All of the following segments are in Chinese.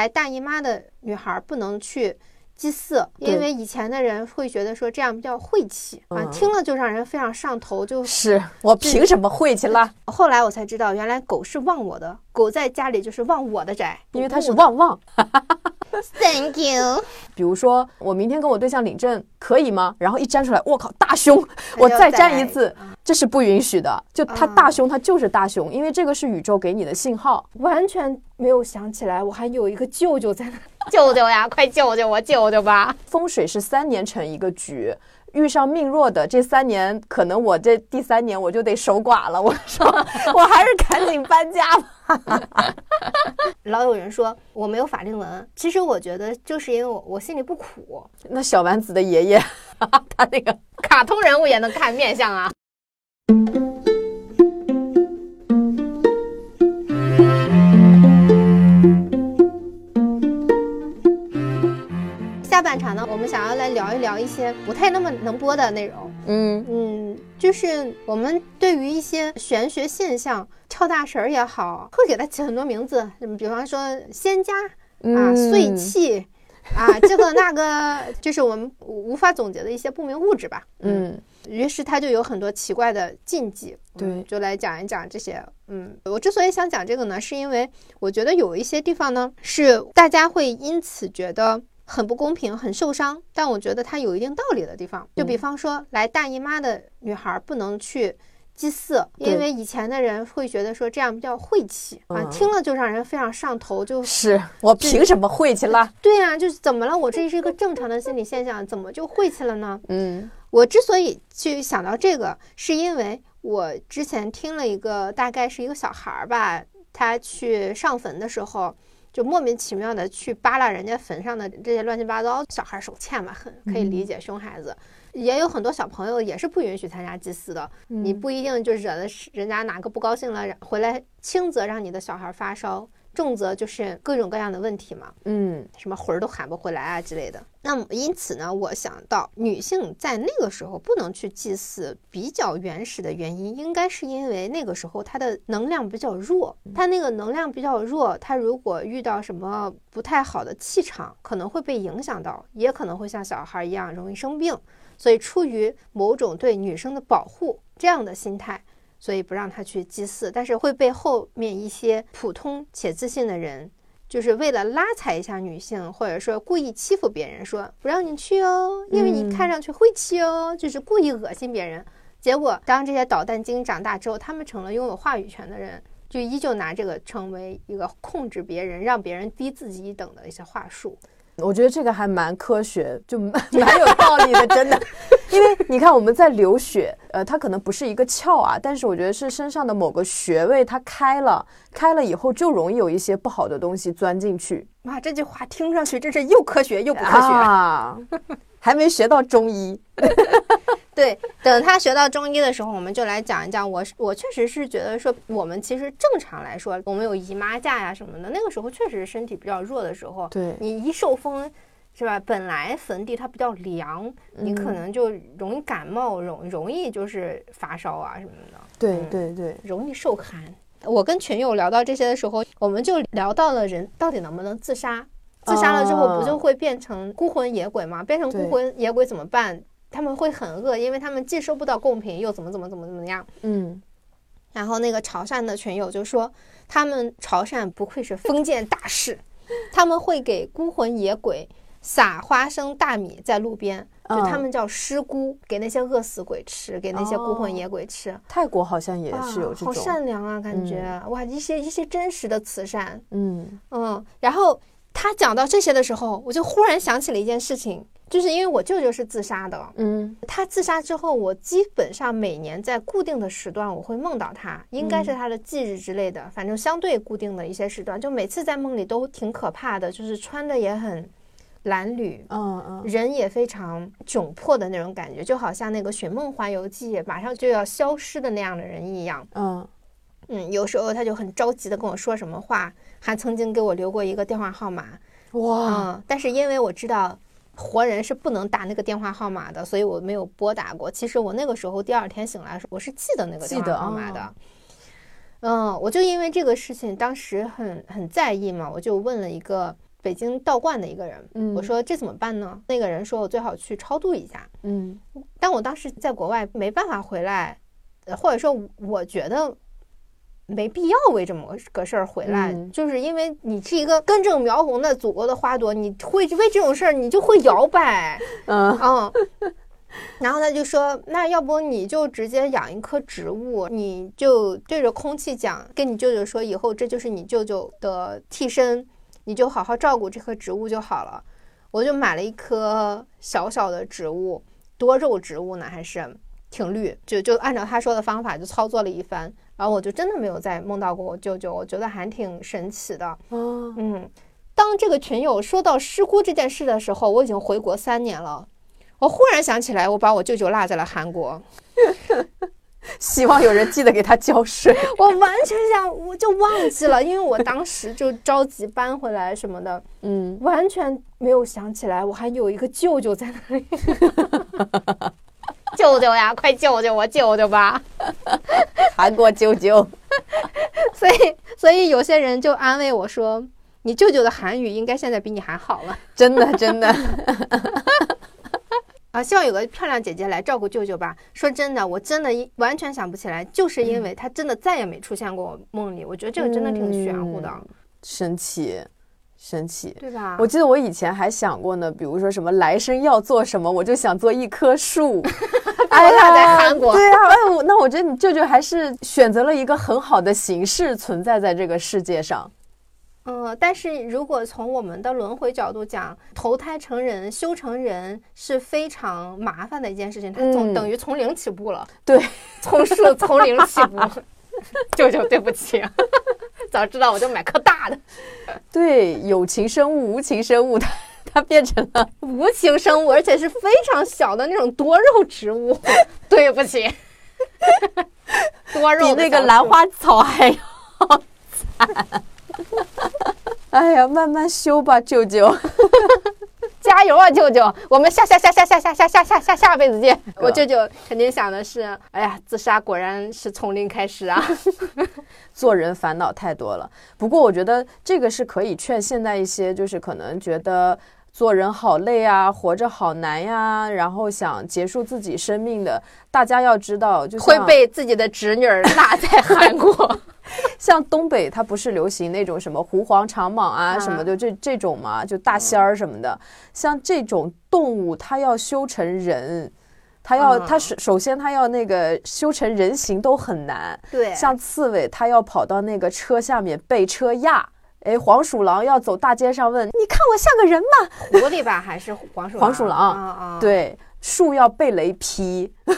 来大姨妈的女孩不能去祭祀，因为以前的人会觉得说这样比较晦气啊，听了就让人非常上头， 就是我凭什么晦气啦？ 后来我才知道，原来狗是忘我的，狗在家里就是忘我的宅， 因为它是旺。 Thank you。 比如说我明天跟我对象领证可以吗？然后一粘出来，我靠，大胸，我再粘一次，这是不允许的。就它大胸，它就是大胸，因为这个是宇宙给你的信号。 完全没有想起来，我还有一个舅舅在那，舅舅呀，快救救我，舅舅吧！ 风水是3年成一个局。遇上命弱的这3年，可能我这第3年我就得守寡了。我说我还是赶紧搬家吧。 老有人说我没有法令纹，其实我觉得就是因为我心里不苦。 那小丸子的爷爷，他那个卡通人物也能看面相啊。下半场呢，我们想要来聊一聊一些不太那么能播的内容。就是我们对于一些玄学现象，跳大神也好，会给它起很多名字，比方说仙家啊、碎气啊，这个那个，就是我们无法总结的一些不明物质吧。于是它就有很多奇怪的禁忌。 对， 就来讲一讲这些。我之所以想讲这个呢，是因为我觉得有一些地方呢，是大家会因此觉得很不公平，很受伤，但我觉得它有一定道理的地方。就比方说，来大姨妈的女孩不能去祭祀，因为以前的人会觉得说这样比较晦气啊，听了就让人非常上头， 就是我凭什么晦气啦？ 对啊，就是怎么了？我这是一个正常的心理现象，怎么就晦气了呢？我之所以去想到这个，是因为我之前听了一个，大概是一个小孩吧，他去上坟的时候，就莫名其妙的去扒拉人家坟上的这些乱七八糟。小孩手欠嘛，很可以理解，凶孩子。也有很多小朋友也是不允许参加祭祀的，你不一定就惹得人家哪个不高兴了，回来轻则让你的小孩发烧，重则就是各种各样的问题嘛，什么魂儿都喊不回来啊之类的。那么因此呢，我想到女性在那个时候不能去祭祀，比较原始的原因，应该是因为那个时候她的能量比较弱，她那个能量比较弱，她如果遇到什么不太好的气场，可能会被影响到，也可能会像小孩一样容易生病。所以出于某种对女生的保护这样的心态，所以不让她去祭祀，但是会被后面一些普通且自信的人，就是为了拉踩一下女性，或者说故意欺负别人，说不让你去哦，因为你看上去晦气哦，就是故意恶心别人。结果当这些捣蛋精长大之后，他们成了拥有话语权的人，就依旧拿这个成为一个控制别人，让别人低自己一等的一些话术。 我觉得这个还蛮科学，就蛮有道理的，真的。因为你看我们在流血，它可能不是一个窍啊，但是我觉得是身上的某个穴位它开了以后就容易有一些不好的东西钻进去。 哇，这句话听上去真是又科学又不科学啊！还没学到中医。 对，等他学到中医的时候，我们就来讲一讲。我确实是觉得说，我们其实正常来说，我们有姨妈假呀什么的，那个时候确实身体比较弱的时候， 对， 你一受风，是吧？本来坟地它比较凉，你可能就容易感冒，容易就是发烧啊什么的。 对对对， 容易受寒。我跟群友聊到这些的时候，我们就聊到了人到底能不能自杀。自杀了之后不就会变成孤魂野鬼吗？变成孤魂野鬼怎么办？他们会很饿，因为他们既收不到贡品，又怎么样。然后那个潮汕的群友就说，他们潮汕不愧是封建大士，他们会给孤魂野鬼撒花生大米在路边，就他们叫尸菇，给那些饿死鬼吃，给那些孤魂野鬼吃。 泰国好像也是有这种， 好善良啊，感觉哇，一些真实的慈善。然后他讲到这些的时候，我就忽然想起了一件事情，就是因为我舅舅是自杀的，他自杀之后，我基本上每年在固定的时段我会梦到他，应该是他的忌日之类的，反正相对固定的一些时段，就每次在梦里都挺可怕的，就是穿的也很褴褛，人也非常窘迫的那种感觉，就好像那个《寻梦环游记》马上就要消失的那样的人一样。有时候他就很着急的跟我说什么话，还曾经给我留过一个电话号码。但是因为我知道活人是不能打那个电话号码的，所以我没有拨打过。其实我那个时候第二天醒来的时候，我是记得那个电话号码的。我就因为这个事情当时很在意嘛，我就问了一个北京道观的一个人，我说这怎么办呢？那个人说我最好去超度一下。但我当时在国外没办法回来，或者说我觉得没必要为这么个事儿回来，就是因为你是一个根正苗红的祖国的花朵，你会为这种事儿你就会摇摆。然后他就说，那要不你就直接养一棵植物，你就对着空气讲，跟你舅舅说，以后这就是你舅舅的替身，你就好好照顾这棵植物就好了。我就买了一棵小小的植物，多肉植物呢，还是挺绿，就按照他说的方法就操作了一番，然后我就真的没有再梦到过我舅舅，我觉得还挺神奇的。当这个群友说到失孤这件事的时候，我已经回国3年了，我忽然想起来我把我舅舅落在了韩国。 希望有人记得给他交税。 我完全我就忘记了，因为我当时就着急搬回来什么的，完全没有想起来我还有一个舅舅在那里。舅舅呀，快救救我舅舅吧。 韩国舅舅。 所以有些人就安慰我说，你舅舅的韩语应该现在比你还好了。 真的真的。 希望有个漂亮姐姐来照顾舅舅吧。说真的，我真的完全想不起来，就是因为他真的再也没出现过我梦里。我觉得这个真的挺玄乎的。 神奇神奇， 对吧？ 我记得我以前还想过呢，比如说什么来生要做什么，我就想做一棵树。 哎呀，在韩国。 对啊，那我觉得你舅舅还是选择了一个很好的形式存在在这个世界上。 但是如果从我们的轮回角度讲，投胎成人、修成人是非常麻烦的一件事情，它等于从零起步了。 对， 从树从零起步。舅舅，对不起，早知道我就买棵大的。 对，有情生物、无情生物，它变成了无情生物，而且是非常小的那种多肉植物。对不起，多肉比那个兰花草还要惨。哎呀，慢慢修吧，舅舅。 加油啊，舅舅！我们下辈子见。我舅舅肯定想的是，哎呀，自杀果然是从零开始啊。 做人烦恼太多了。不过我觉得这个是可以劝现在一些就是可能觉得做人好累啊，活着好难呀，然后想结束自己生命的，大家要知道，就会被自己的侄女儿落在韩国。 像东北它不是流行那种什么狐黄长蟒啊什么的，这种嘛，就大仙儿什么的。像这种动物它要修成人，它首先它要那个修成人形都很难。 对， 像刺猬它要跑到那个车下面被车压，黄鼠狼要走大街上问你看我像个人吗？ 狐狸吧还是黄鼠狼？ 对，树要被雷劈。 哦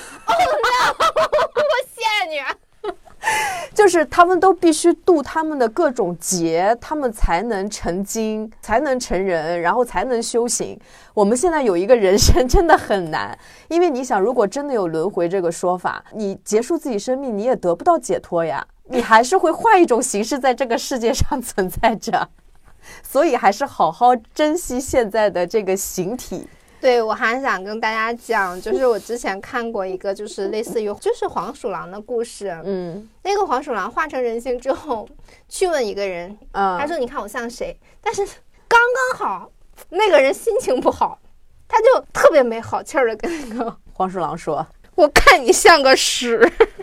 no！ 我谢你。 就是他们都必须渡他们的各种劫，他们才能成精，才能成人，然后才能修行。我们现在有一个人生真的很难，因为你想，如果真的有轮回这个说法，你结束自己生命，你也得不到解脱呀，你还是会换一种形式在这个世界上存在着。所以还是好好珍惜现在的这个形体。 对，我还想跟大家讲，就是我之前看过一个就是类似于就是黄鼠狼的故事。那个黄鼠狼化成人形之后去问一个人，他说你看我像谁？但是刚刚好那个人心情不好，他就特别没好气儿的跟那个黄鼠狼说， 我看你像个屎。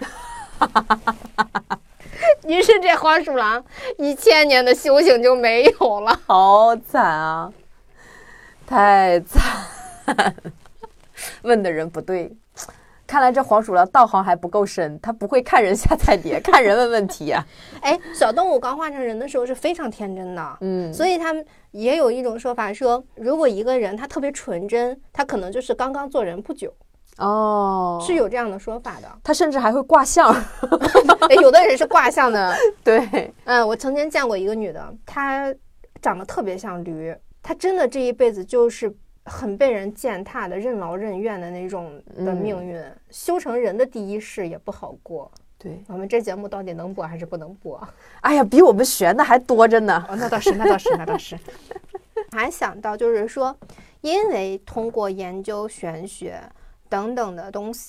于是这黄鼠狼1000年的修行就没有了。 好惨啊，太惨。问的人不对，看来这黄鼠狼道行还不够深，他不会看人下菜碟，看人问问题啊。 小动物刚化成人的时候是非常天真的，所以他们也有一种说法说，如果一个人他特别纯真，他可能就是刚刚做人不久。是有这样的说法的。 他甚至还会卦象。 有的人是卦象的。 对， 我曾经见过一个女的，她长得特别像驴，她真的这一辈子就是很被人践踏的任劳任怨的那种的命运，修成人的第一世也不好过。 对， 我们这节目到底能播还是不能播？ 哎呀，比我们悬的还多着呢。 那倒是。还想到就是说，因为通过研究玄学等等的东西，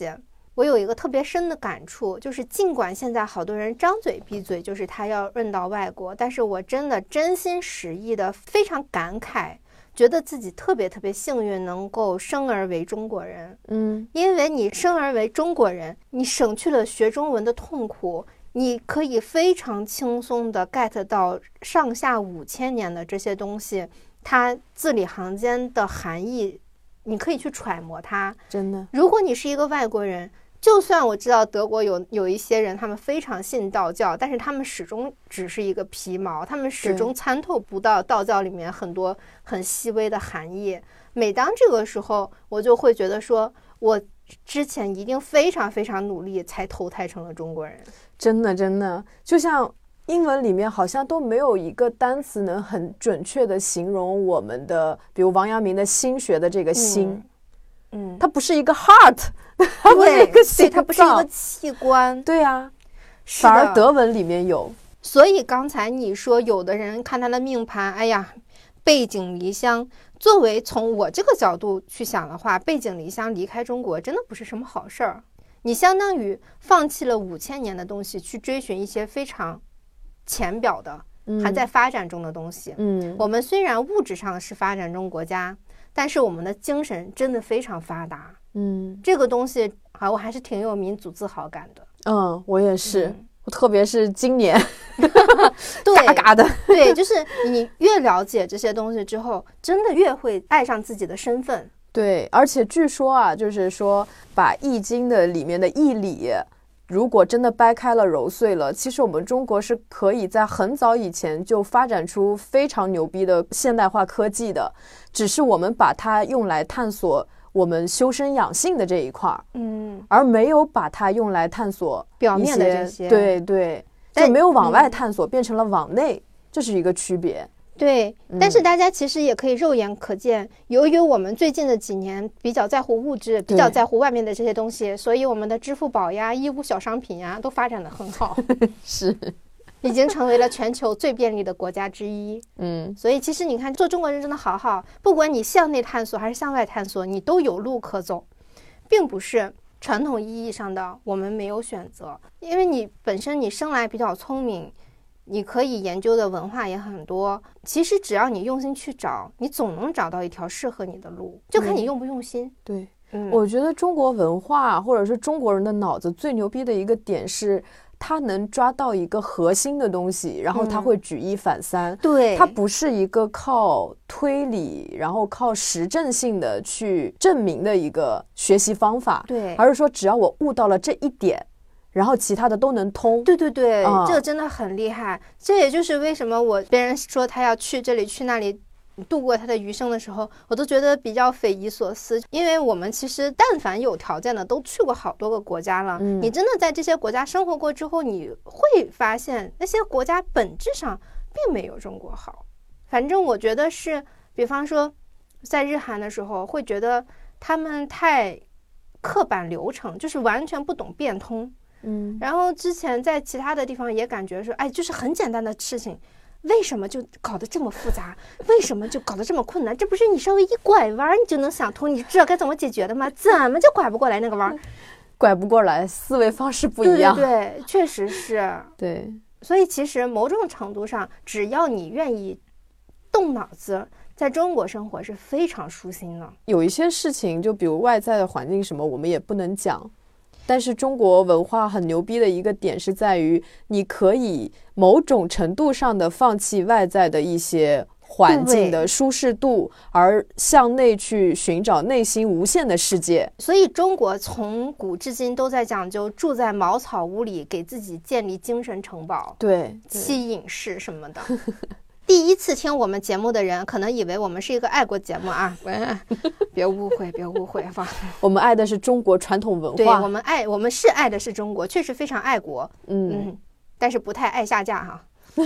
我有一个特别深的感触，就是尽管现在好多人张嘴闭嘴就是他要润到外国，但是我真的真心实意的非常感慨，觉得自己特别特别幸运能够生而为中国人。因为你生而为中国人，你省去了学中文的痛苦，你可以非常轻松的 get 到上下5000年的这些东西，它字里行间的含义你可以去揣摩它。 真的， 如果你是一个外国人，就算我知道德国有一些人他们非常信道教，但是他们始终只是一个皮毛，他们始终参透不到道教里面很多很细微的含义。每当这个时候，我就会觉得说我之前一定非常非常努力才投胎成了中国人。 真的真的，就像英文里面好像都没有一个单词能很准确的形容我们的，比如王阳明的心学的这个心，它不是一个 heart， 它不是一个心脏， 它不是一个器官。 对啊，反而德文里面有。 所以刚才你说有的人看他的命盘，哎呀，背井离乡。作为从我这个角度去想的话，背井离乡离开中国真的不是什么好事儿。你相当于放弃了5000年的东西，去追寻一些非常浅表的还在发展中的东西。我们虽然物质上是发展中国家，但是我们的精神真的非常发达。这个东西我还是挺有民族自豪感的。 我也是。特别是今年对嘎嘎的。 对，就是你越了解这些东西之后，真的越会爱上自己的身份。 对，而且据说啊，就是说把易经的里面的易理如果真的掰开了揉碎了，其实我们中国是可以在很早以前就发展出非常牛逼的现代化科技的，只是我们把它用来探索我们修身养性的这一块，而没有把它用来探索表面的这些。 对对，就没有往外探索，变成了往内，这是一个区别。 对，但是大家其实也可以肉眼可见，由于我们最近的几年比较在乎物质，比较在乎外面的这些东西，所以我们的支付宝呀、义乌小商品呀都发展得很好。 是， 已经成为了全球最便利的国家之一。所以其实你看，做中国人真的好好，不管你向内探索还是向外探索，你都有路可走，并不是传统意义上的我们没有选择。因为你本身你生来比较聪明，你可以研究的文化也很多，其实只要你用心去找，你总能找到一条适合你的路，就看你用不用心。 对，我觉得中国文化或者是中国人的脑子最牛逼的一个点是，他能抓到一个核心的东西，然后他会举一反三。 对， 他不是一个靠推理然后靠实证性的去证明的一个学习方法。 对， 而是说只要我悟到了这一点，然后其他的都能通。 对对对，这个真的很厉害。这也就是为什么别人说他要去这里去那里度过他的余生的时候，我都觉得比较匪夷所思。因为我们其实但凡有条件的都去过好多个国家了，你真的在这些国家生活过之后，你会发现那些国家本质上并没有中国好。反正我觉得是，比方说在日韩的时候会觉得他们太刻板流程，就是完全不懂变通。然后之前在其他的地方也感觉说，就是很简单的事情，为什么就搞得这么复杂？为什么就搞得这么困难？这不是你稍微一拐弯你就能想通，你知道该怎么解决的吗？怎么就拐不过来那个弯？ 拐不过来，思维方式不一样。 对，确实是。 对， 所以其实某种程度上，只要你愿意动脑子，在中国生活是非常舒心的。 有一些事情，就比如外在的环境什么，我们也不能讲。但是中国文化很牛逼的一个点是在于，你可以某种程度上的放弃外在的一些环境的舒适度，而向内去寻找内心无限的世界。 所以中国从古至今都在讲究住在茅草屋里，给自己建立精神城堡， 对， 吸隐士什么的。第一次听我们节目的人可能以为我们是一个爱国节目啊，别误会，别误会吧。 我们爱的是中国传统文化。 对，我们是爱的是中国，确实非常爱国。但是不太爱下架哈。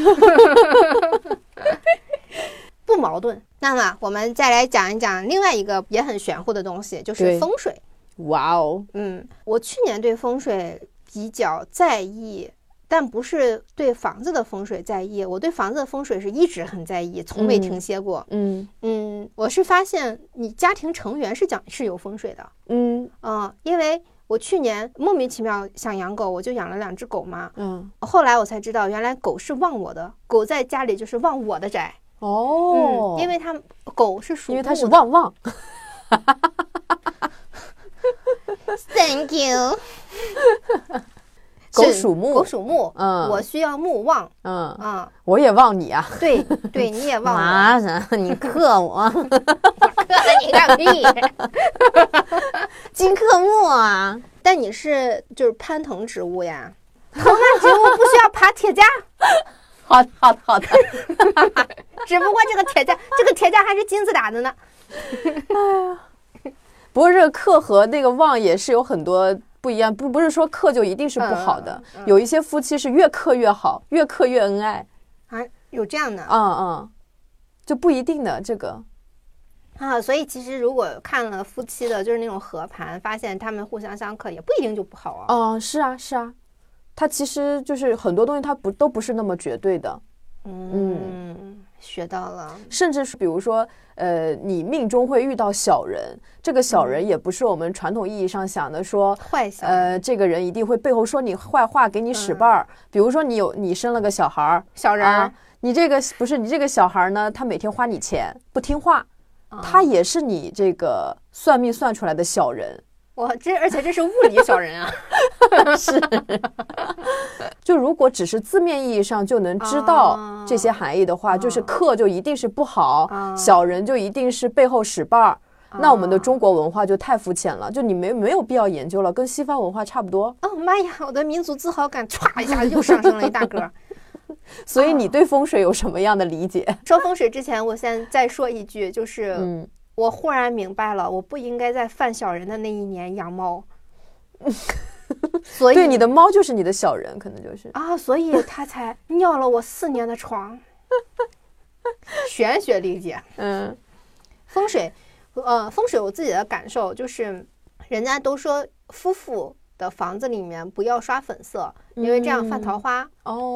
不矛盾。那么我们再来讲一讲另外一个也很玄乎的东西，就是风水。 哇哦， 我去年对风水比较在意。但不是对房子的风水在意，我对房子的风水是一直很在意，从未停歇过。我是发现你家庭成员是有风水的。因为我去年莫名其妙想养狗，我就养了2只狗嘛。后来我才知道，原来狗是忘我的，狗在家里就是忘我的宅。因为狗是属木的， 因为它是旺旺。 Thank you。 狗属木， 狗属木，我需要木旺， 我也旺你啊， 对，你也旺我，你克我， 克了你个屁， 金克木啊！ 但你是就是攀藤植物呀，藤蔓植物不需要爬铁架。 好的， 只不过这个铁架还是金子打的呢。 哎呀，不过这个克和那个旺也是有很多不一样，不是说克就一定是不好的，有一些夫妻是越克越好，越克越恩爱啊，有这样的， 就不一定的这个啊，所以其实如果看了夫妻的就是那种合盘，发现他们互相相克，也不一定就不好啊。 是啊，它其实就是很多东西它都不是那么绝对的。 学到了。 甚至是比如说你命中会遇到小人，这个小人也不是我们传统意义上想的说坏小人， 这个人一定会背后说你坏话，给你使绊儿。比如说你生了个小孩小人， 你这个小孩呢，他每天花你钱不听话，他也是你这个算命算出来的小人。 而且这是物理小人啊。 是。就如果只是字面意义上就能知道这些含义的话，就是克就一定是不好，小人就一定是背后使绊儿。那我们的中国文化就太肤浅了，就你没有必要研究了，跟西方文化差不多。 妈呀，我的民族自豪感歘一下又上升了一大个。 所以你对风水有什么样的理解？ 说风水之前，我先再说一句，就是我忽然明白了，我不应该在犯小人的那一年养猫。所以对，你的猫就是你的小人，可能就是所以它才尿了我4年的床。玄学理解。风水我自己的感受就是，人家都说夫妇的房子里面不要刷粉色，因为这样犯桃花。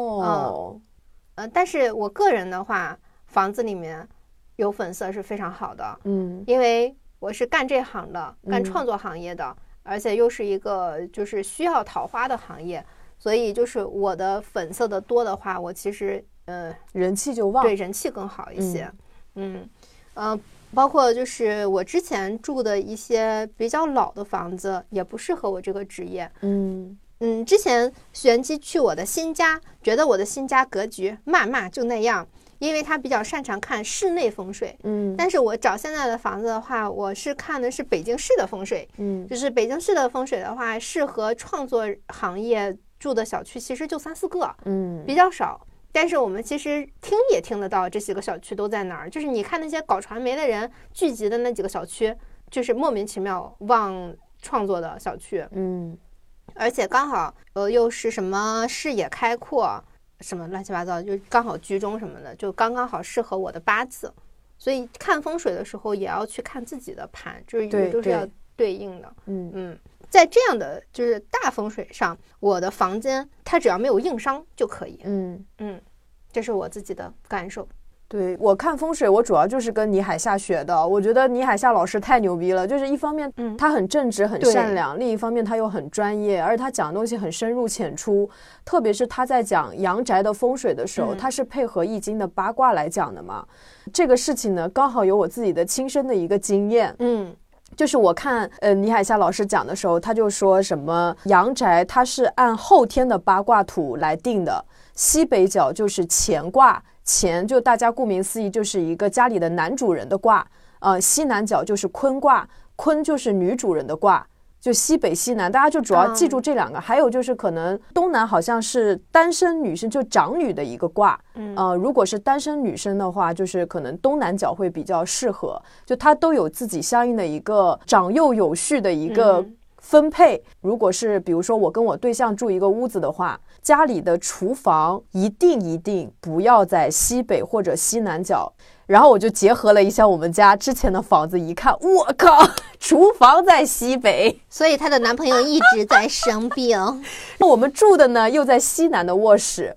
但是我个人的话，房子里面有粉色是非常好的。因为我是干这行的，干创作行业的，而且又是一个就是需要桃花的行业，所以就是我的粉色的多的话，我其实人气就旺， 对，人气更好一些。包括就是我之前住的一些比较老的房子，也不适合我这个职业。之前玄机去我的新家，觉得我的新家格局嘛就那样，因为他比较擅长看室内风水。但是我找现在的房子的话，我是看的是北京市的风水。就是北京市的风水的话，适合创作行业住的小区其实就3、4个，比较少。但是我们其实也听得到这几个小区都在哪儿，就是你看那些搞传媒的人聚集的那几个小区，就是莫名其妙旺创作的小区。而且刚好又是什么视野开阔，什么乱七八糟，就刚好居中什么的，就刚刚好适合我的八字。所以看风水的时候也要去看自己的盘，就是也都是要对应的。在这样的就是大风水上，我的房间它只要没有硬伤就可以。这是我自己的感受。 对，我看风水我主要就是跟倪海厦学的，我觉得倪海厦老师太牛逼了，就是一方面他很正直很善良，另一方面他又很专业，而且他讲的东西很深入浅出，特别是他在讲阳宅的风水的时候，他是配合易经的八卦来讲的嘛。这个事情呢，刚好有我自己的亲身的一个经验。就是我看倪海厦老师讲的时候，他就说什么阳宅它是按后天的八卦图来定的，西北角就是乾卦，乾就大家顾名思义就是一个家里的男主人的卦，西南角就是坤卦，坤就是女主人的卦，就西北西南，大家就主要记住这2个。还有就是可能东南好像是单身女生，就长女的一个卦。如果是单身女生的话，就是可能东南角会比较适合，就它都有自己相应的一个长幼有序的一个分配。如果是比如说我跟我对象住一个屋子的话，家里的厨房一定不要在西北或者西南角。然后我就结合了一下我们家之前的房子，一看我靠，厨房在西北， 所以她的男朋友一直在生病。 那我们住的呢又在西南的卧室，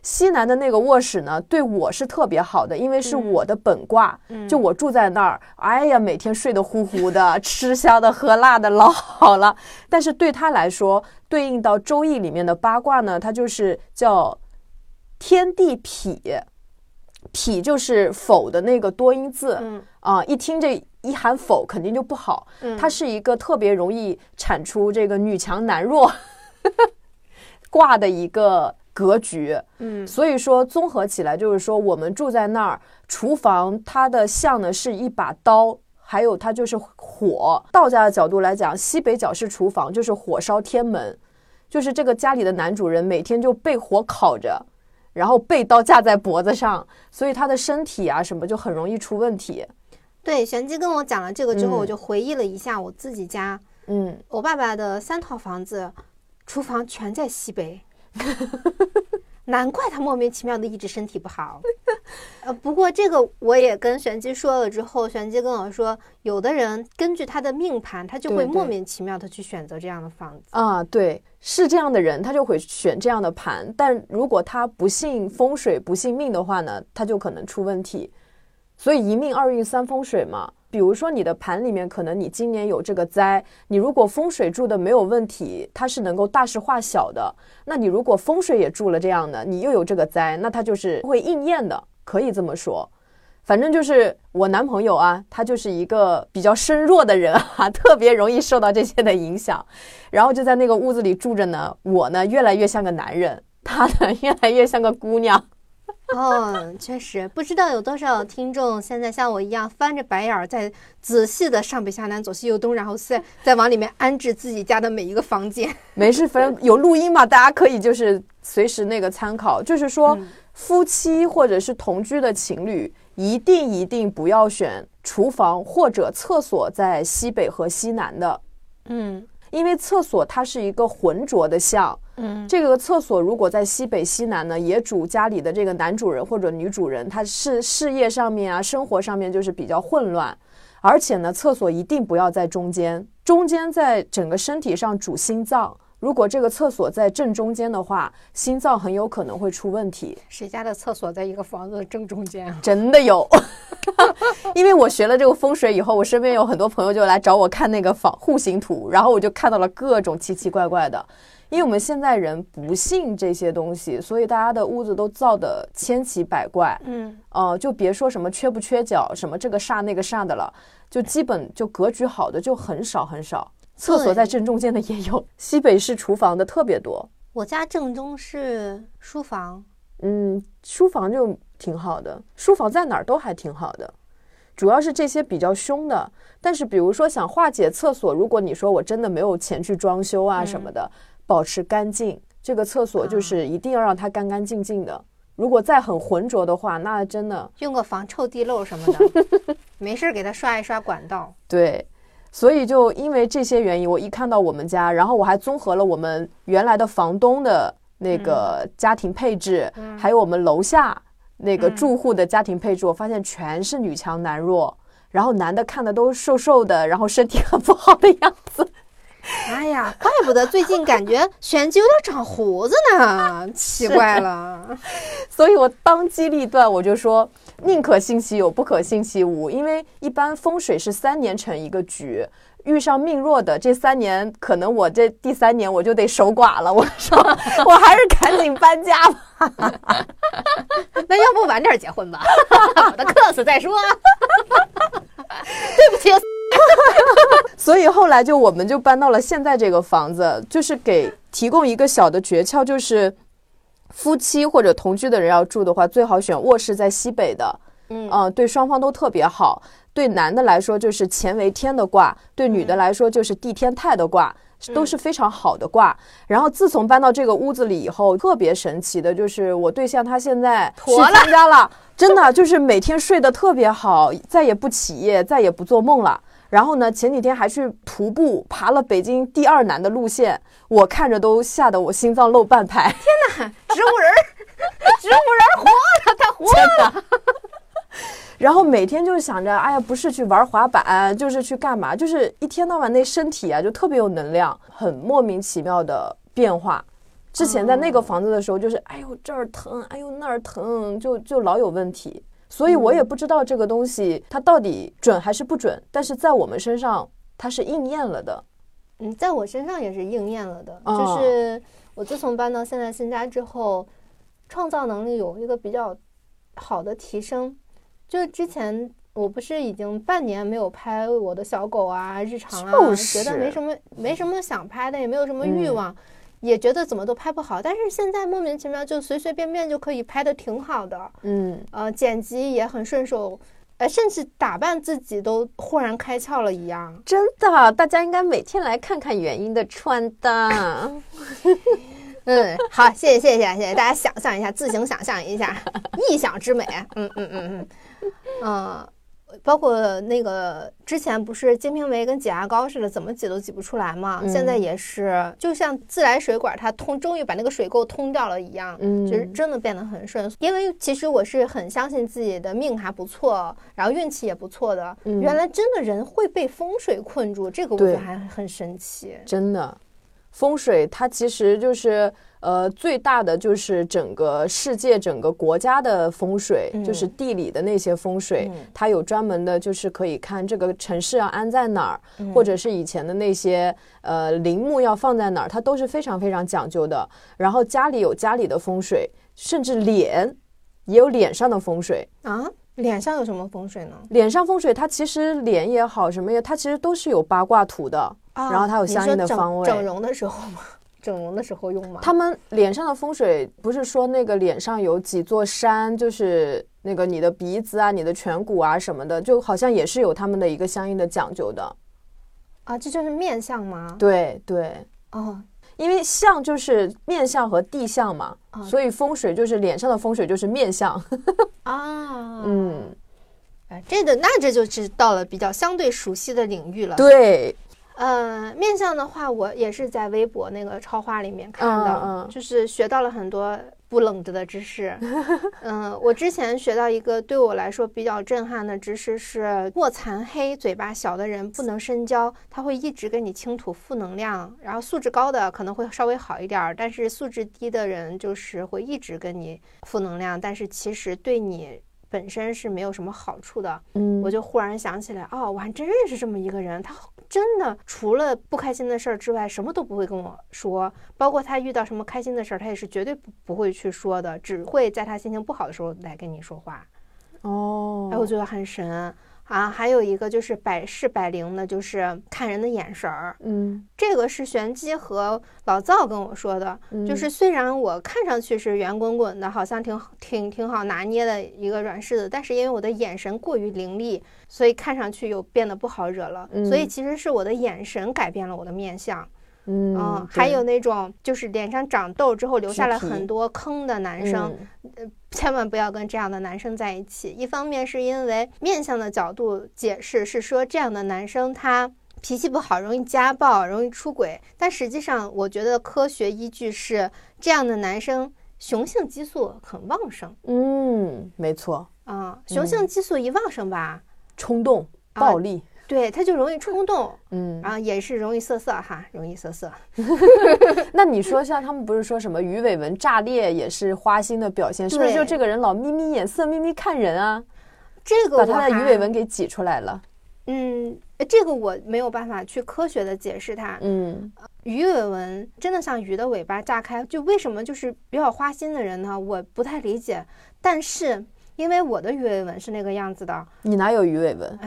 西南的那个卧室呢，对我是特别好的，因为是我的本卦，就我住在那儿，哎呀，每天睡得呼呼的，吃香的喝辣的，老好了。但是对他来说，对应到周易里面的八卦呢，它就是叫天地痞，痞就是否的那个多音字，一听这一喊否肯定就不好，它是一个特别容易产出这个女强男弱卦的一个格局，所以说综合起来就是说，我们住在那儿，厨房它的像呢是一把刀，还有它就是火。道家的角度来讲，西北角是厨房，就是火烧天门，就是这个家里的男主人每天就被火烤着，然后被刀架在脖子上，所以他的身体啊什么就很容易出问题。 对，玄机跟我讲了这个之后，我就回忆了一下我自己家，我爸爸的3套房子，厨房全在西北，难怪他莫名其妙的一直身体不好。不过这个我也跟玄机说了之后，玄机跟我说，有的人根据他的命盘，他就会莫名其妙的去选择这样的房子啊，对，是这样的人，他就会选这样的盘。但如果他不信风水、不信命的话呢，他就可能出问题。所以一命二运三风水嘛，比如说你的盘里面可能你今年有这个灾，你如果风水住的没有问题，它是能够大事化小的。那你如果风水也住了这样的，你又有这个灾，那它就是会应验的，可以这么说。反正就是我男朋友啊，他就是一个比较身弱的人啊，特别容易受到这些的影响。然后就在那个屋子里住着呢，我呢越来越像个男人，他呢越来越像个姑娘。 确实不知道有多少听众现在像我一样翻着白眼，在仔细的上北下南左西右东，然后再往里面安置自己家的每一个房间。 没事，反正有录音嘛，大家可以就是随时那个参考。就是说夫妻或者是同居的情侣，一定不要选厨房或者厕所在西北和西南的。因为厕所它是一个浑浊的象，这个厕所如果在西北西南呢，也主家里的这个男主人或者女主人，他是事业上面啊，生活上面就是比较混乱。而且呢，厕所一定不要在中间，中间在整个身体上主心脏，如果这个厕所在正中间的话，心脏很有可能会出问题。 谁家的厕所在一个房子的正中间啊？ 真的有因为我学了这个风水以后，我身边有很多朋友就来找我看那个户型图，然后我就看到了各种奇奇怪怪的。因为我们现在人不信这些东西，所以大家的屋子都造的千奇百怪。就别说什么缺不缺角，什么这个煞那个煞的了，就基本就格局好的就很少很少。厕所在正中间的也有，西北是厨房的特别多。 我家正中是书房。 书房就挺好的，书房在哪儿都还挺好的，主要是这些比较凶的。但是比如说想化解厕所，如果你说我真的没有钱去装修啊什么的，保持干净，这个厕所就是一定要让它干干净净的。如果再很浑浊的话，那真的用个防臭地漏什么的没事给它刷一刷管道。 对，所以就因为这些原因，我一看到我们家，然后我还综合了我们原来的房东的那个家庭配置，还有我们楼下那个住户的家庭配置，我发现全是女强男弱，然后男的看的都瘦瘦的，然后身体很不好的样子。 哎呀，怪不得最近感觉玄机有点长胡子呢，奇怪了。 所以我当机立断，我就说宁可信其有，不可信其无。因为一般风水是3年成一个局，遇上命弱的这3年，可能我这第3年我就得守寡了。我说我还是赶紧搬家吧。 那要不晚点结婚吧，我的客死再说。对不起。 所以后来我们就搬到了现在这个房子，就是给提供一个小的诀窍，就是夫妻或者同居的人要住的话，最好选卧室在西北的。对双方都特别好。对男的来说就是乾为天的卦，对女的来说就是地天泰的卦，都是非常好的卦。然后自从搬到这个屋子里以后，特别神奇的就是我对象他现在去参加了，真的就是每天睡得特别好，再也不起夜，再也不做梦了。然后呢，前几天还去徒步爬了北京第2难的路线，我看着都吓得我心脏漏半拍。 天哪，植物人活了，他活了。 然后每天就想着，哎呀，不是去玩滑板，就是去干嘛，就是一天到晚那身体啊就特别有能量，很莫名其妙的变化， 之前在那个房子的时候，就是哎呦这儿疼，哎呦那儿疼，就老有问题。所以我也不知道这个东西它到底准还是不准，但是在我们身上它是应验了的。 在我身上也是应验了的，就是我自从搬到现在新家之后，创造能力有一个比较好的提升。就之前我不是已经半年没有拍我的小狗啊日常啊，觉得没什么想拍的，也没有什么欲望，也觉得怎么都拍不好，但是现在莫名其妙就随随便便就可以拍得挺好的，剪辑也很顺手，甚至打扮自己都豁然开窍了一样。 真的，大家应该每天来看看元英的穿搭。 好，谢谢大家想象一下，自行想象一下，意想之美。包括那个之前不是金瓶梅跟挤牙膏似的，怎么挤都挤不出来嘛，现在也是就像自来水管它终于把那个水垢通掉了一样，就是真的变得很顺。因为其实我是很相信自己的命还不错，然后运气也不错的，原来真的人会被风水困住，这个我觉得还很神奇。 真的，风水它其实就是最大的就是整个世界整个国家的风水，就是地理的那些风水，它有专门的就是可以看这个城市要安在哪儿，或者是以前的那些陵墓要放在哪儿，它都是非常非常讲究的。然后家里有家里的风水，甚至脸也有脸上的风水啊。脸上有什么风水呢？ 脸上风水它其实脸也好什么也，它其实都是有八卦图的，然后它有相应的方位。 整容的时候吗？整容的时候用吗？ 他们脸上的风水不是说那个脸上有几座山，就是那个你的鼻子啊、你的颧骨啊什么的，就好像也是有他们的一个相应的讲究的啊。这就是面相吗？ 对因为相就是面相和地相嘛，所以风水就是脸上的风水就是面相啊。这就是到了比较相对熟悉的领域了。 对。 面相的话，我也是在微博那个超话里面看的，就是学到了很多不冷的知识。我之前学到一个对我来说比较震撼的知识是，卧蚕黑、嘴巴小的人不能深交，他会一直给你倾吐负能量，然后素质高的可能会稍微好一点，但是素质低的人就是会一直跟你负能量，但是其实对你本身是没有什么好处的。我就忽然想起来，我还真认识这么一个人，他真的除了不开心的事儿之外什么都不会跟我说，包括他遇到什么开心的事儿他也是绝对不会去说的，只会在他心情不好的时候来跟你说话。我觉得很神啊。还有一个就是百试百灵的，就是看人的眼神儿。这个是玄机和老赵跟我说的，就是虽然我看上去是圆滚滚的，好像挺好拿捏的一个软柿子，但是因为我的眼神过于凌厉，所以看上去又变得不好惹了。所以其实是我的眼神改变了我的面相。还有那种就是脸上长痘之后留下了很多坑的男生，千万不要跟这样的男生在一起。一方面是因为面相的角度解释是说这样的男生他脾气不好，容易家暴，容易出轨，但实际上我觉得科学依据是这样的男生雄性激素很旺盛。 没错雄性激素一旺盛吧， 冲动暴力， 对，他就容易冲动，也是容易色哈，容易色。 那你说像他们不是说什么鱼尾纹炸裂也是花心的表现，是不是就这个人老眯眯眼，色眯眯看人啊？ 这个把他的鱼尾纹给挤出来了。 这个我没有办法去科学的解释它。鱼尾纹真的像鱼的尾巴炸开，就为什么就是比较花心的人呢？我不太理解，但是因为我的鱼尾纹是那个样子的。 你哪有鱼尾纹？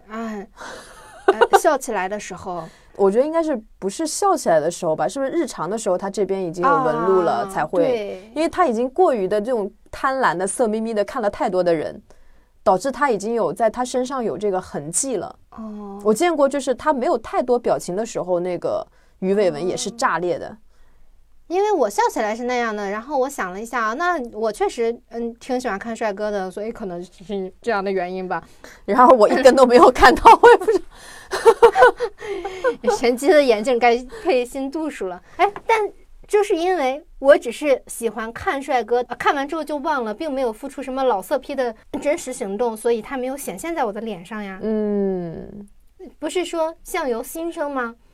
笑起来的时候， 我觉得应该是不是笑起来的时候吧？是不是日常的时候他这边已经有纹路了才会？ 对， 因为他已经过于的这种贪婪的色眯眯的看了太多的人，导致他已经有在他身上有这个痕迹了。我见过就是他没有太多表情的时候，那个鱼尾纹也是炸裂的。 因为我笑起来是那样的，然后我想了一下，那我确实挺喜欢看帅哥的，所以可能是这样的原因吧。 然后我一根都没有看到，我也不知道。神奇的眼镜该配新度数了。但就是因为我只是喜欢看帅哥，看完之后就忘了，并没有付出什么老色批的真实行动，所以它没有显现在我的脸上呀。 嗯， 不是说相由心生吗？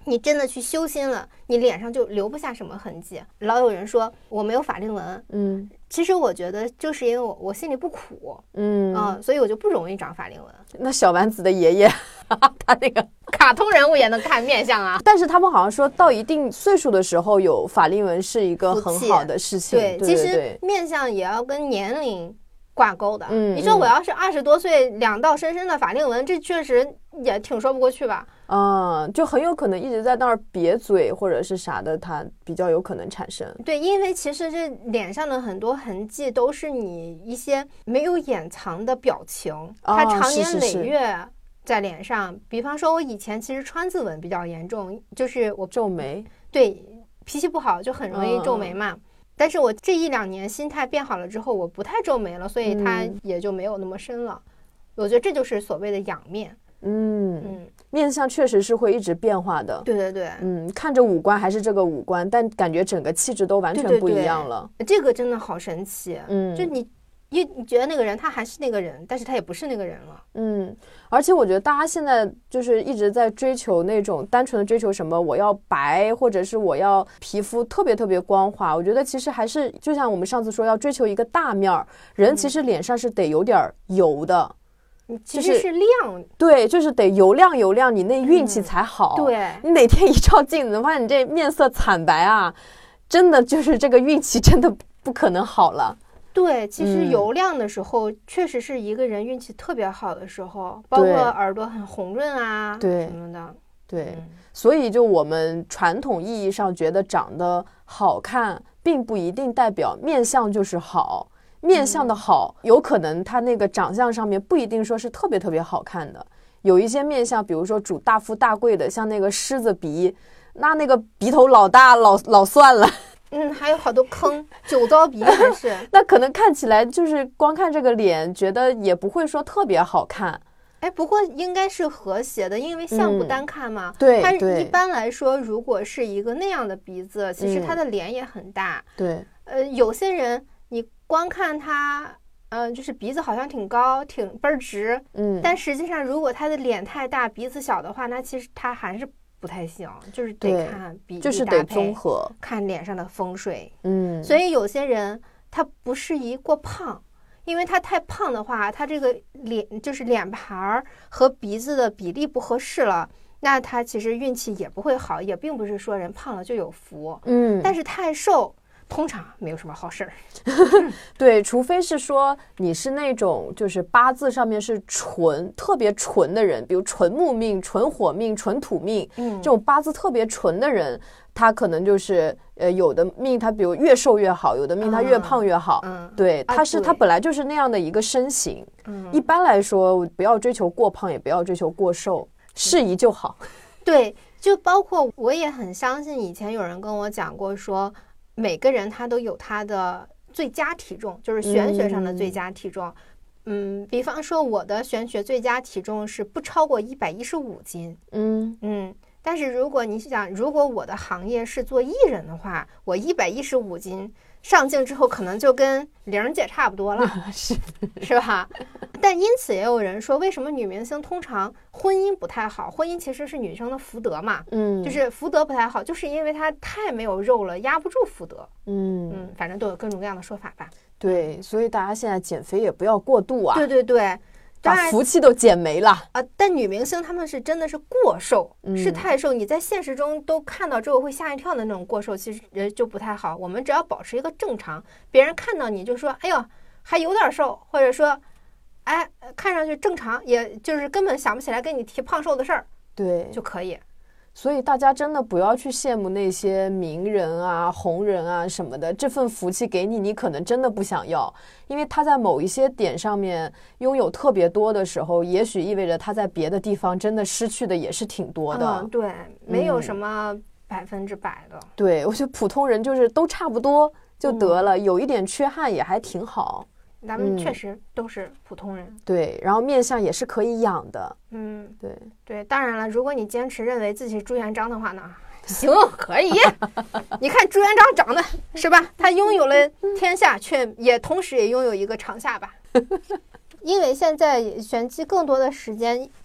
你真的去修心了，你脸上就留不下什么痕迹。老有人说我没有法令纹，其实我觉得就是因为我心里不苦，所以我就不容易长法令纹。 那小丸子的爷爷他那个卡通人物也能看面相啊。 但是他们好像说到一定岁数的时候有法令纹是一个很好的事情。 对，其实面相也要跟年龄挂钩的。你说我要是20多岁2道深深的法令纹，这确实也挺说不过去吧。 就很有可能一直在那儿瘪嘴或者是啥的，它比较有可能产生。 对，因为其实这脸上的很多痕迹都是你一些没有掩藏的表情，它长年累月在脸上。比方说我以前其实川字纹比较严重，就是我皱眉， 对，脾气不好就很容易皱眉嘛。但是我这1-2年心态变好了之后，我不太皱眉了，所以它也就没有那么深了。我觉得这就是所谓的养面。 面相确实是会一直变化的。 对对对， 看着五官还是这个五官，但感觉整个气质都完全不一样了。 对对对，这个真的好神奇。就你觉得那个人他还是那个人，但是他也不是那个人了。 而且我觉得大家现在就是一直在追求那种单纯的追求什么我要白，或者是我要皮肤特别特别光滑。我觉得其实还是就像我们上次说要追求一个大面儿，人其实脸上是得有点油的。 其实是亮， 对，就是得油亮油亮，你那运气才好。 对，你哪天一照镜子发现你这面色惨白啊，真的就是这个运气真的不可能好了。 对，其实油亮的时候，确实是一个人运气特别好的时候，包括耳朵很红润啊， 对什么的。 对，所以就我们传统意义上觉得长得好看，并不一定代表面相就是好。面相的好，有可能他那个长相上面不一定说是特别特别好看的。有一些面相，比如说主大富大贵的，像那个狮子鼻，那个鼻头老大老算了。 还有好多坑，酒糟鼻还是那可能看起来就是光看这个脸，觉得也不会说特别好看。 不过应该是和谐的，因为相不单看嘛。 对， 它一般来说，如果是一个那样的鼻子，其实他的脸也很大。 对， 有些人你光看他，就是鼻子好像挺高，挺倍儿直，但实际上如果他的脸太大，鼻子小的话，那其实他还是不太行，就是得看比例搭配， 就是得综合看脸上的风水。所以有些人他不适宜过胖，因为他太胖的话，他这个脸就是脸盘和鼻子的比例不合适了，那他其实运气也不会好，也并不是说人胖了就有福。但是太瘦通常没有什么好事儿。 对，除非是说你是那种就是八字上面是特别纯的人，比如纯木命、纯火命、纯土命，这种八字特别纯的人，他可能就是有的命他比如越瘦越好，有的命他越胖越好。对，他本来就是那样的一个身形。一般来说不要追求过胖，也不要追求过瘦，适宜就好。 对，就包括我也很相信，以前有人跟我讲过说每个人他都有他的最佳体重，就是玄学上的最佳体重。比方说我的玄学最佳体重是不超过115斤。但是如果你想，如果我的行业是做艺人的话，我115斤上镜之后可能就跟玲姐差不多了，是吧？但因此也有人说，为什么女明星通常婚姻不太好？婚姻其实是女生的福德嘛，就是福德不太好，就是因为她太没有肉了，压不住福德。反正都有各种各样的说法吧。 对，所以大家现在减肥也不要过度啊。 对对对。 把福气都减没了但女明星她们是真的是过瘦，是太瘦，你在现实中都看到之后会吓一跳的那种过瘦，其实就不太好。我们只要保持一个正常，别人看到你就说哎呦还有点瘦，或者说看上去正常，也就是根本想不起来跟你提胖瘦的事儿， 对， 就可以。 所以大家真的不要去羡慕那些名人啊、红人啊什么的，这份福气给你，你可能真的不想要，因为他在某一些点上面拥有特别多的时候，也许意味着他在别的地方真的失去的也是挺多的。 对，没有什么100%的。 对，我觉得普通人就是都差不多就得了，有一点缺憾也还挺好。 咱们确实都是普通人。 对，然后面相也是可以养的。 对，当然了，如果你坚持认为自己是朱元璋的话呢，行，可以。你看朱元璋长得是吧？他拥有了天下，却也同时也拥有一个长下巴。因为现在玄机更多的时间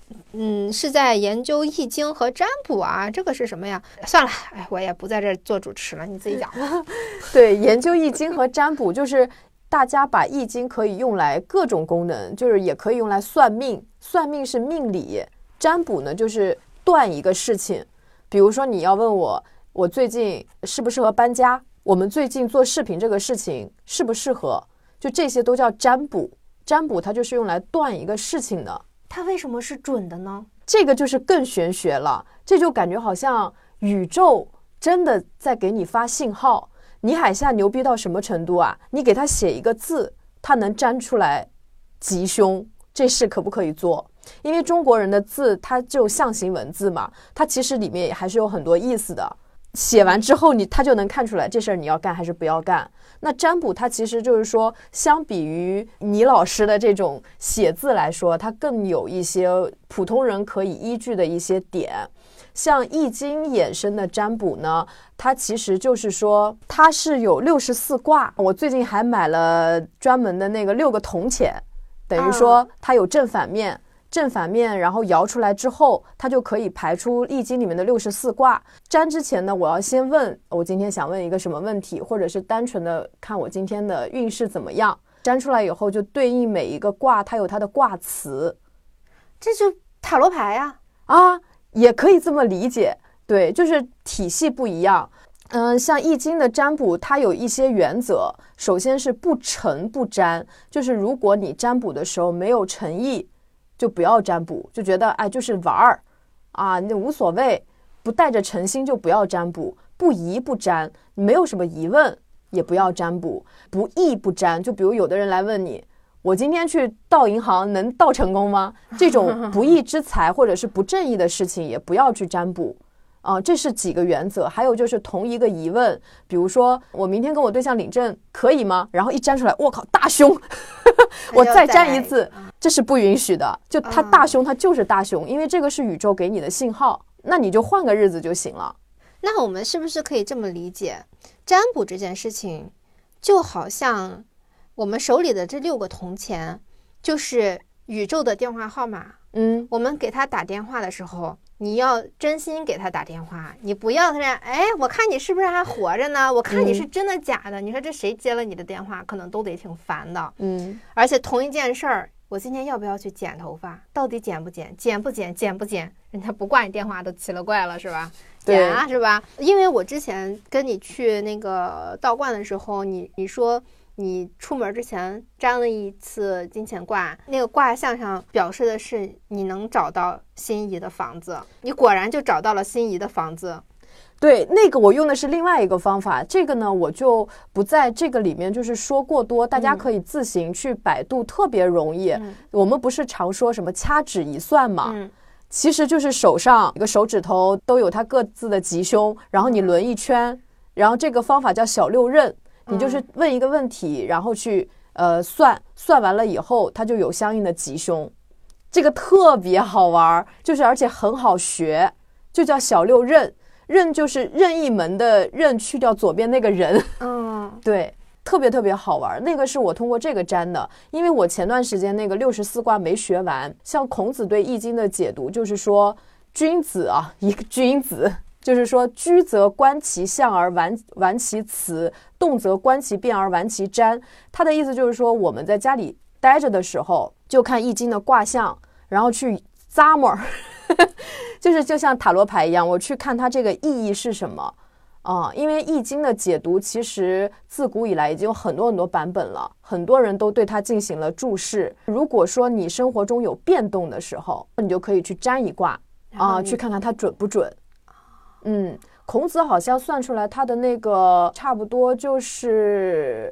是在研究易经和占卜啊，这个是什么呀？算了，我也不在这做主持了，你自己讲吧。 对，研究易经和占卜就是大家把易经可以用来各种功能，就是也可以用来算命，算命是命理，占卜呢就是断一个事情。比如说你要问我最近适不适合搬家，我们最近做视频这个事情适不适合，就这些都叫占卜。占卜它就是用来断一个事情的。 它为什么是准的呢？ 这个就是更玄学了，这就感觉好像宇宙真的在给你发信号。倪海厦牛逼到什么程度啊？你给他写一个字，他能占出来吉凶，这事可不可以做？因为中国人的字它就象形文字嘛，它其实里面也还是有很多意思的。写完之后他就能看出来这事儿你要干还是不要干。那占卜它其实就是说，相比于倪老师的这种写字来说，它更有一些普通人可以依据的一些点。像易经衍生的占卜呢，它其实就是说它是有64卦。我最近还买了专门的那个6个铜钱，等于说它有正反面，正反面然后摇出来之后，它就可以排出易经里面的64卦。占之前呢，我要先问我今天想问一个什么问题，或者是单纯的看我今天的运势怎么样。占出来以后就对应每一个卦它有它的卦辞， 这就塔罗牌呀。 也可以这么理解。对，就是体系不一样。像易经的占卜它有一些原则，首先是不诚不占，就是如果你占卜的时候没有诚意，就不要占卜，就觉得就是玩儿啊，那无所谓，不带着诚心就不要占卜。不疑不占，没有什么疑问也不要占卜。不义不占，就比如有的人来问你，我今天去盗银行能盗成功吗？这种不义之财或者是不正义的事情也不要去占卜。这是几个原则。还有就是同一个疑问，比如说我明天跟我对象领证可以吗？然后一占出来，我靠，大凶我再占一次，这是不允许的。就他大凶，他就是大凶，因为这个是宇宙给你的信号，那你就换个日子就行了。 那我们是不是可以这么理解，占卜这件事情就好像我们手里的这6个铜钱就是宇宙的电话号码。我们给他打电话的时候，你要真心给他打电话，你不要他我看你是不是还活着呢，我看你是真的假的。你说这谁接了你的电话可能都得挺烦的。而且同一件事儿，我今天要不要去剪头发，到底剪不剪，剪不剪，剪不剪，人家不挂你电话都奇了怪了，是吧？剪啊，是吧？因为我之前跟你去那个道观的时候，你说你出门之前占了一次金钱卦，那个卦象上表示的是你能找到心仪的房子，你果然就找到了心仪的房子。 对，那个我用的是另外一个方法，这个呢我就不在这个里面就是说过多，大家可以自行去百度，特别容易。我们不是常说什么掐指一算吗？其实就是手上一个手指头都有它各自的吉凶，然后你轮一圈，然后这个方法叫小六壬。你就是问一个问题，然后去算完了以后，它就有相应的吉凶。这个特别好玩，就是而且很好学，就叫小六壬。壬就是任意门的任，去掉左边那个人。对，特别特别好玩。那个是我通过这个占的，因为我前段时间那个64卦没学完。像孔子对易经的解读就是说，君子啊，一个君子就是说，居则观其象而玩其辞，动则观其变而玩其占。他的意思就是说，我们在家里待着的时候，就看易经的卦象，然后去咂摸就像塔罗牌一样，我去看它这个意义是什么因为易经的解读其实自古以来已经有很多很多版本了，很多人都对它进行了注释。如果说你生活中有变动的时候，你就可以去占一卦去看看它准不准。孔子好像算出来他的那个差不多就是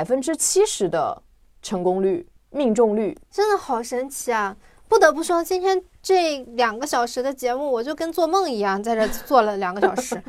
70%的成功率、命中率， 真的好神奇啊！不得不说，今天这2个小时的节目，我就跟做梦一样，在这做了2个小时。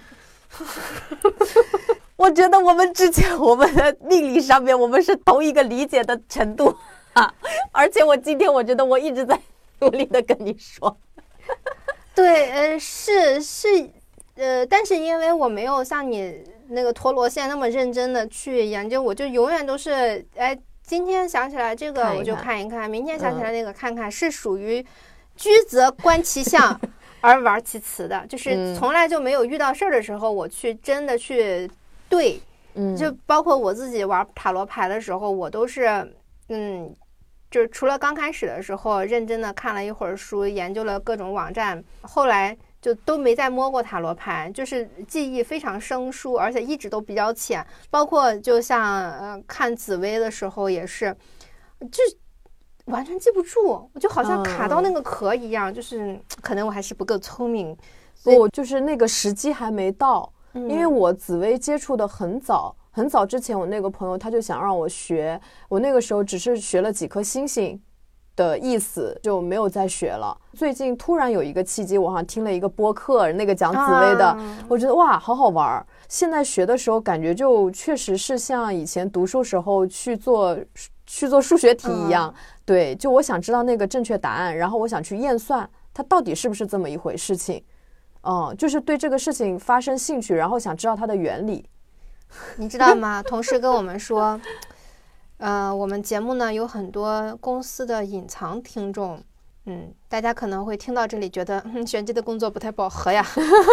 我觉得我们之前我们的命理上面，我们是同一个理解的程度而且今天我觉得我一直在努力的跟你说。 对，是。但是因为我没有像你那个陀螺线那么认真的去研究，我就永远都是今天想起来这个我就看一看，明天想起来那个看看，是属于居则观其象而玩其辞的，就是从来就没有遇到事儿的时候，我去真的去对，就包括我自己玩塔罗牌的时候，我都是就是除了刚开始的时候认真的看了一会儿书，研究了各种网站，后来就都没再摸过塔罗牌，就是记忆非常生疏，而且一直都比较浅。包括就像看紫薇的时候也是，就完全记不住，我就好像卡到那个壳一样，就是可能我还是不够聪明， 不，就是那个时机还没到。因为我紫薇接触的很早。很早之前我那个朋友他就想让我学，我那个时候只是学了几颗星星的意思，就没有再学了。最近突然有一个契机，我好像听了一个播客，那个讲紫薇的，我觉得哇好好玩。现在学的时候感觉就确实是像以前读书时候去做数学题一样，对，就我想知道那个正确答案，然后我想去验算它到底是不是这么一回事情，就是对这个事情发生兴趣，然后想知道它的原理。 你知道吗？同事跟我们说，我们节目呢有很多公司的隐藏听众，大家可能会听到这里觉得，璇玑的工作不太饱和呀。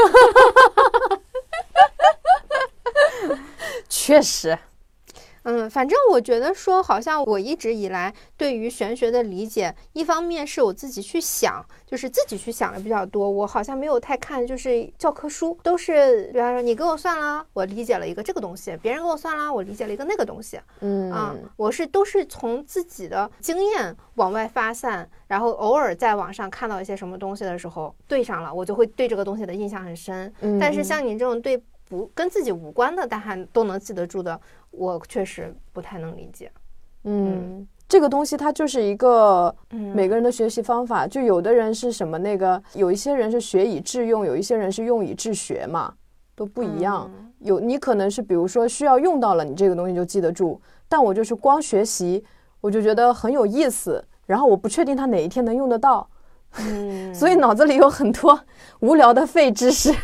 确实。 反正我觉得说，好像我一直以来对于玄学的理解，一方面是我自己去想，就是自己去想的比较多，我好像没有太看就是教科书，都是比方说你给我算了，我理解了一个这个东西，别人给我算了，我理解了一个那个东西，我都是从自己的经验往外发散，然后偶尔在网上看到一些什么东西的时候对上了，我就会对这个东西的印象很深。但是像你这种对跟自己无关的但还都能记得住的，我确实不太能理解。 这个东西它就是一个每个人的学习方法，就有的人是什么那个，有一些人是学以致用，有一些人是用以致学嘛，都不一样。你可能是比如说需要用到了，你这个东西就记得住，但我就是光学习我就觉得很有意思，然后我不确定它哪一天能用得到，所以脑子里有很多无聊的废知识。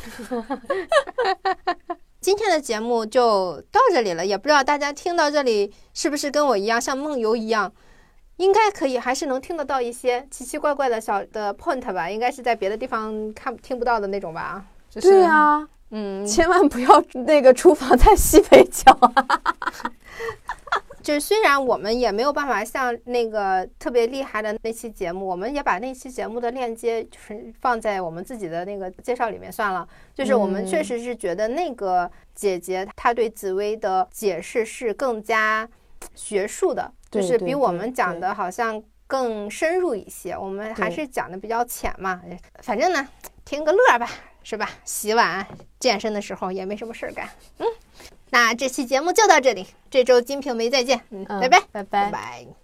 今天的节目就到这里了，也不知道大家听到这里是不是跟我一样，像梦游一样，应该可以还是能听得到一些奇奇怪怪的小的 point 吧，应该是在别的地方听不到的那种吧。 对啊，千万不要那个厨房在西北角啊。 就是虽然我们也没有办法像那个特别厉害的那期节目，我们也把那期节目的链接就是放在我们自己的那个介绍里面算了。就是我们确实是觉得那个姐姐她对紫薇的解释是更加学术的，就是比我们讲的好像更深入一些，我们还是讲的比较浅嘛。反正呢听个乐吧，是吧？洗碗健身的时候也没什么事干。那这期节目就到这里，这周金瓶梅再见，拜拜。